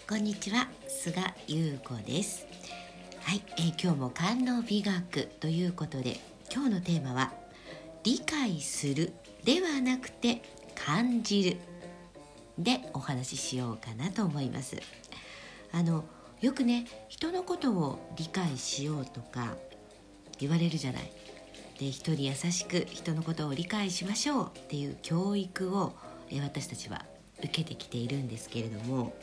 こんにちは、菅優子です。はい、今日も官能美学ということで、今日のテーマは理解するではなくて感じるでお話ししようかなと思います。よくね、人のことを理解しようとか言われるじゃない。で、人に優しく人のことを理解しましょうっていう教育を私たちは受けてきているんですけれども、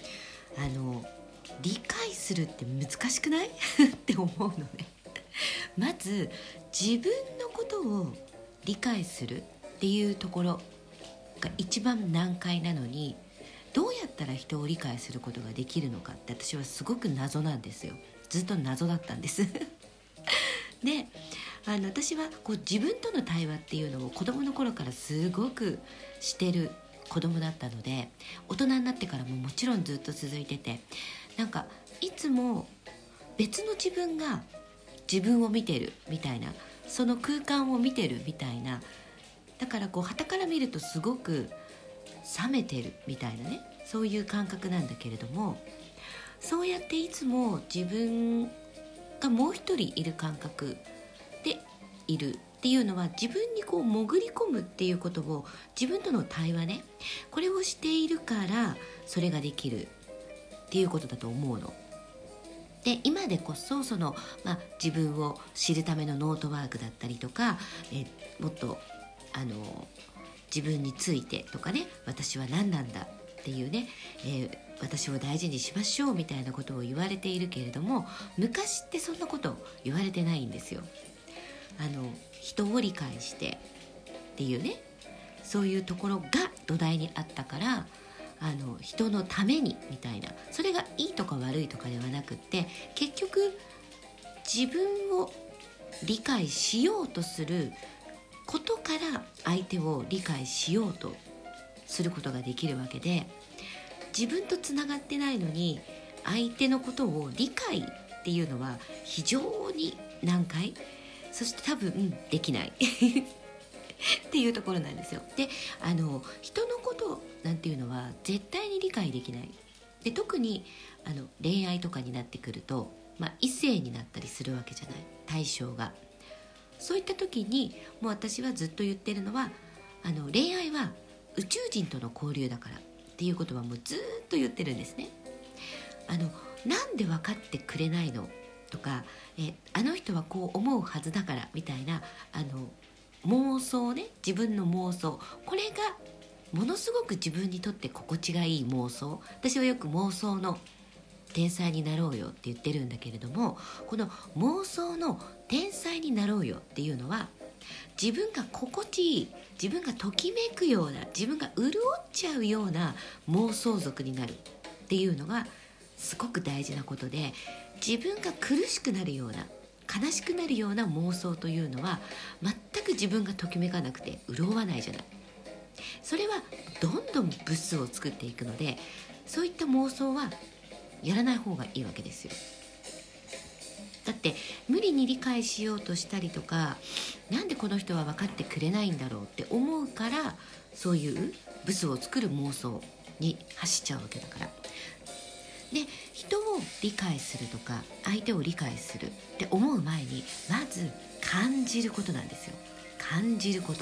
理解するって難しくないって思うのね。まず自分のことを理解するっていうところが一番難解なのに、どうやったら人を理解することができるのかって私はすごく謎なんですよ。ずっと謎だったんですで、私は自分との対話っていうのを子供の頃からすごくしてる子供だったので、大人になってからももちろんずっと続いてて、いつも別の自分が自分を見てるみたいな、その空間を見てるみたいな、だから傍から見るとすごく冷めてるみたいなね、そういう感覚なんだけれども、そうやっていつも自分がもう一人いる感覚でいるっていうのは、自分に潜り込むっていうことを、自分との対話ね、これをしているからそれができるっていうことだと思うので、今でこそ自分を知るためのノートワークだったりとか、もっと自分についてとかね、私は何なんだっていうね、私を大事にしましょうみたいなことを言われているけれども、昔ってそんなこと言われてないんですよ。人を理解してっていうね、そういうところが土台にあったから、人のためにみたいな、それがいいとか悪いとかではなくって、結局自分を理解しようとすることから相手を理解しようとすることができるわけで、自分とつながってないのに相手のことを理解っていうのは非常に難解、そして多分できないっていうところなんですよ。で、人のことなんていうのは絶対に理解できない。で、特に恋愛とかになってくると、異性になったりするわけじゃない、対象が。そういった時にもう私はずっと言ってるのは、恋愛は宇宙人との交流だからっていうことはもうずっと言ってるんですね。なんで分かってくれないのとか、あの人はこう思うはずだからみたいな妄想ね、自分の妄想、これがものすごく自分にとって心地がいい妄想。私はよく妄想の天才になろうよって言ってるんだけれども、この妄想の天才になろうよっていうのは、自分が心地いい、自分がときめくような、自分が潤っちゃうような妄想族になるっていうのがすごく大事なことで、自分が苦しくなるような、悲しくなるような妄想というのは全く自分がときめかなくて潤わないじゃない。それはどんどんブスを作っていくので、そういった妄想はやらない方がいいわけですよ。だって無理に理解しようとしたりとか、なんでこの人は分かってくれないんだろうって思うから、そういうブスを作る妄想に走っちゃうわけだから。で、人を理解するとか相手を理解するって思う前に、まず感じることなんですよ。感じること。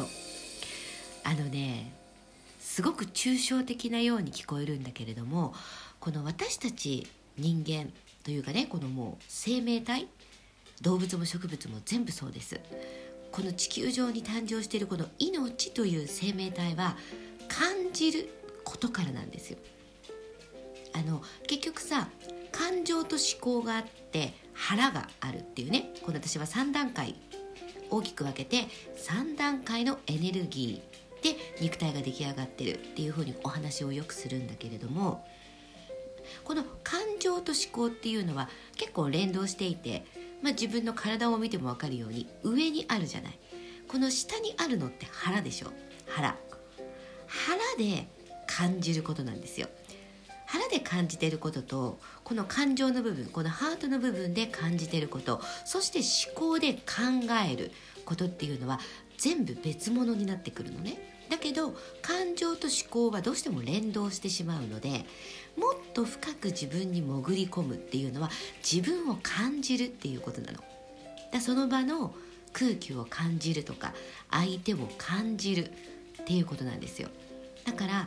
すごく抽象的なように聞こえるんだけれども、この私たち人間というかね、このもう生命体、動物も植物も全部そうです。この地球上に誕生しているこの命という生命体は感じることからなんですよ。結局さ、感情と思考があって腹があるっていうね、この私は3段階大きく分けて、3段階のエネルギーで肉体が出来上がってるっていうふうにお話をよくするんだけれども、この感情と思考っていうのは結構連動していて、自分の体を見ても分かるように上にあるじゃない。この下にあるのって腹でしょ。腹で感じることなんですよ。腹で感じていることと、この感情の部分、このハートの部分で感じていること、そして思考で考えることっていうのは全部別物になってくるのね。 だけど感情と思考はどうしても連動してしまうので、もっと深く自分に潜り込むっていうのは自分を感じるっていうことなの。その場の空気を感じるとか相手を感じるっていうことなんですよ。だから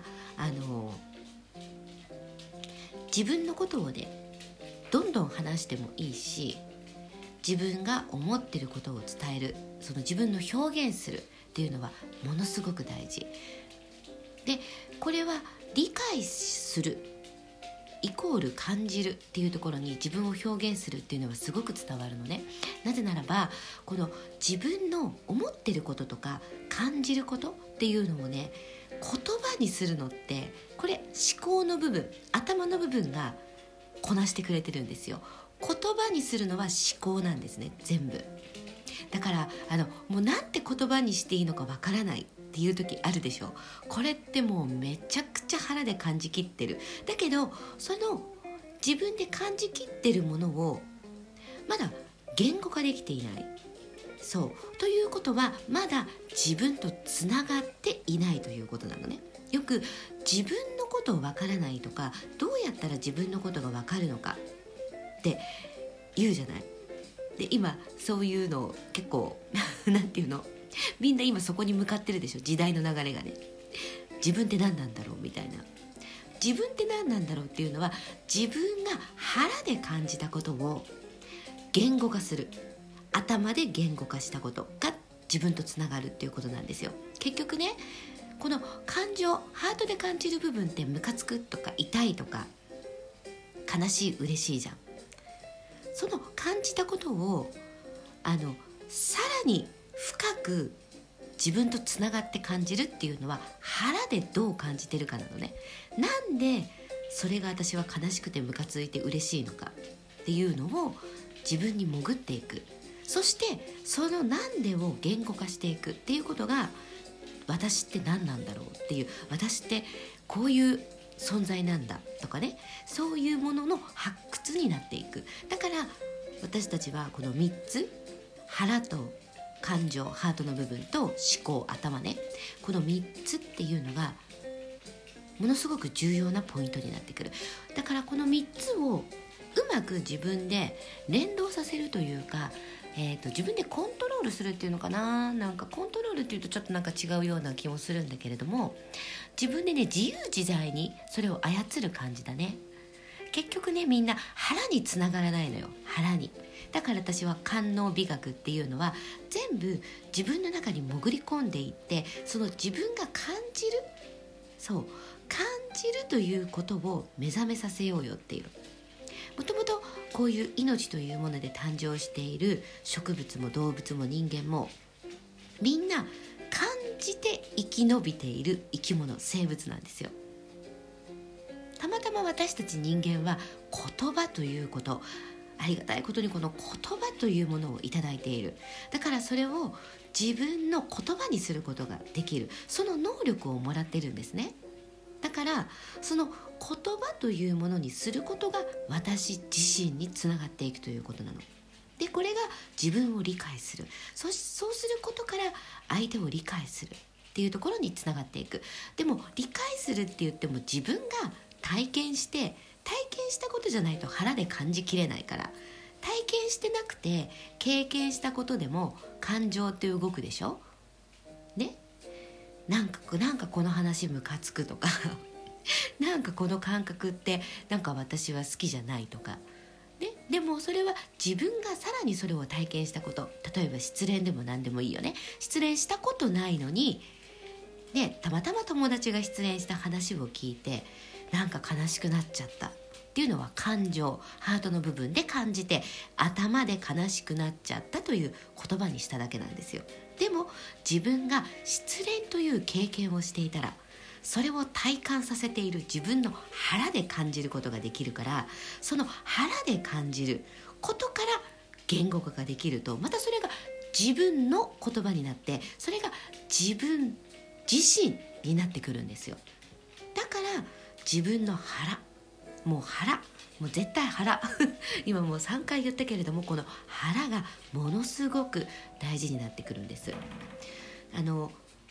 自分のことをねどんどん話してもいいし、自分が思ってることを伝える、その自分の表現するっていうのはものすごく大事で、これは理解するイコール感じるっていうところに自分を表現するっていうのはすごく伝わるのね。なぜならばこの自分の思ってることとか感じることっていうのをね言葉にするのってこれ思考の部分、頭の部分がこなしてくれてるんですよ。言葉にするのは思考なんですね、全部。だからもうなんて言葉にしていいのかわからないっていう時あるでしょ。これってもうめちゃくちゃ腹で感じきってる。だけどその自分で感じきってるものをまだ言語化できていない。そうということはまだ自分とつながっていないということなのね。よく自分のことをわからないとか、どうやったら自分のことがわかるのかって言うじゃない。で今そういうの結構なんていうの、みんな今そこに向かってるでしょ、時代の流れがね。自分って何なんだろうみたいな。自分って何なんだろうっていうのは自分が腹で感じたことを言語化する、頭で言語化したことが自分とつながるっていうことなんですよ。結局ねこの感情、ハートで感じる部分ってムカつくとか痛いとか悲しい嬉しいじゃん。その感じたことをさらに深く自分とつながって感じるっていうのは腹でどう感じてるかなのね。なんでそれが私は悲しくてムカついて嬉しいのかっていうのを自分に潜っていく。そしてそのなんでを言語化していくっていうことが、私って何なんだろうっていう、私ってこういう存在なんだとかね、そういうものの発掘になっていく。だから私たちはこの3つ、腹と感情、ハートの部分と思考、頭ね、この3つっていうのがものすごく重要なポイントになってくる。だからこの3つをうまく自分で連動させるというか、自分でコントロールするっていうのかな。なんかコントロールっていうとちょっとなんか違うような気もするんだけれども、自分でね自由自在にそれを操る感じだね。結局ねみんな腹につながらないのよ、腹に。だから私は官能美学っていうのは全部自分の中に潜り込んでいって、その自分が感じる、そう感じるということを目覚めさせようよっていう。もともとこういう命というもので誕生している植物も動物も人間もみんな感じて生き延びている生き物、生物なんですよ。たまたま私たち人間は言葉ということ、ありがたいことにこの言葉というものをいただいている。だからそれを自分の言葉にすることができる、その能力をもらってるんですね。だからその言葉というものにすることが私自身につながっていくということなので、これが自分を理解する、そうすることから相手を理解するっていうところにつながっていく。でも理解するって言っても自分が体験したことじゃないと腹で感じきれないから、体験してなくて経験したことでも感情って動くでしょね。なんかこの話ムカつくとかなんかこの感覚ってなんか私は好きじゃないとか、ね、でもそれは自分がさらにそれを体験したこと。例えば失恋でも何でもいいよね。失恋したことないのに、ね、たまたま友達が失恋した話を聞いてなんか悲しくなっちゃったっていうのは感情、ハートの部分で感じて頭で悲しくなっちゃったという言葉にしただけなんですよ。でも自分が失恋という経験をしていたら、それを体感させている自分の腹で感じることができるから、その腹で感じることから言語化ができると、またそれが自分の言葉になって、それが自分自身になってくるんですよ。だから自分の腹、もう絶対腹今もう3回言ったけれども、この腹がものすごく大事になってくるんです。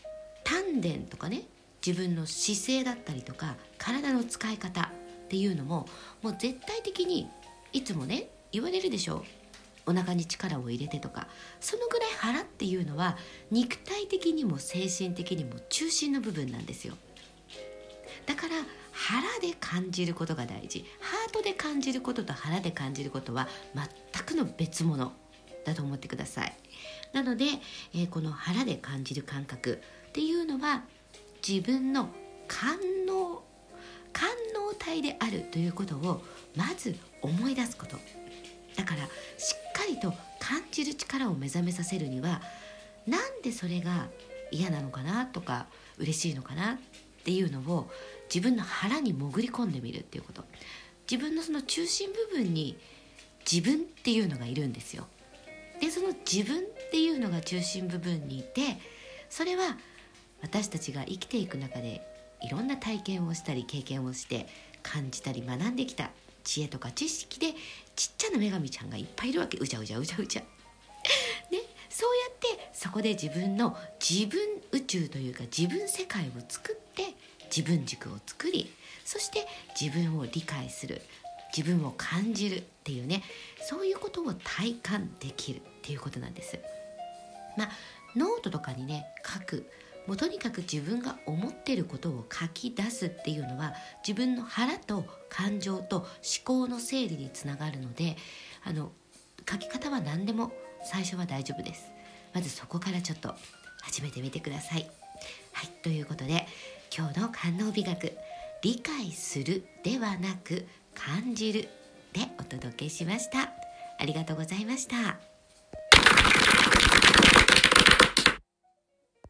丹田とかね、自分の姿勢だったりとか体の使い方っていうのも、もう絶対的にいつもね言われるでしょう。お腹に力を入れてとか。そのぐらい腹っていうのは肉体的にも精神的にも中心の部分なんですよ。だから腹で感じることが大事。ハートで感じることと腹で感じることは全くの別物だと思ってください。なので、この腹で感じる感覚っていうのは自分の官能体であるということをまず思い出すこと。だからしっかりと感じる力を目覚めさせるには、なんでそれが嫌なのかなとか嬉しいのかなっていうのを自分の腹に潜り込んでみるっていうこと。自分のその中心部分に自分っていうのがいるんですよ。でその自分っていうのが中心部分にいて、それは私たちが生きていく中でいろんな体験をしたり経験をして感じたり学んできた知恵とか知識でちっちゃな女神ちゃんがいっぱいいるわけ。うじゃうじゃうじゃうじゃね、そうやってそこで自分の自分宇宙というか自分世界を作って自分軸を作り、そして自分を理解する、自分を感じるっていうね、そういうことを体感できるっていうことなんです。ノートとかにね書く、もうとにかく自分が思っていることを書き出すっていうのは自分の腹と感情と思考の整理につながるので、書き方は何でも最初は大丈夫です。まずそこからちょっと始めてみてください。はい、ということで今日の官能美学、理解するではなく感じるでお届けしました。ありがとうございました。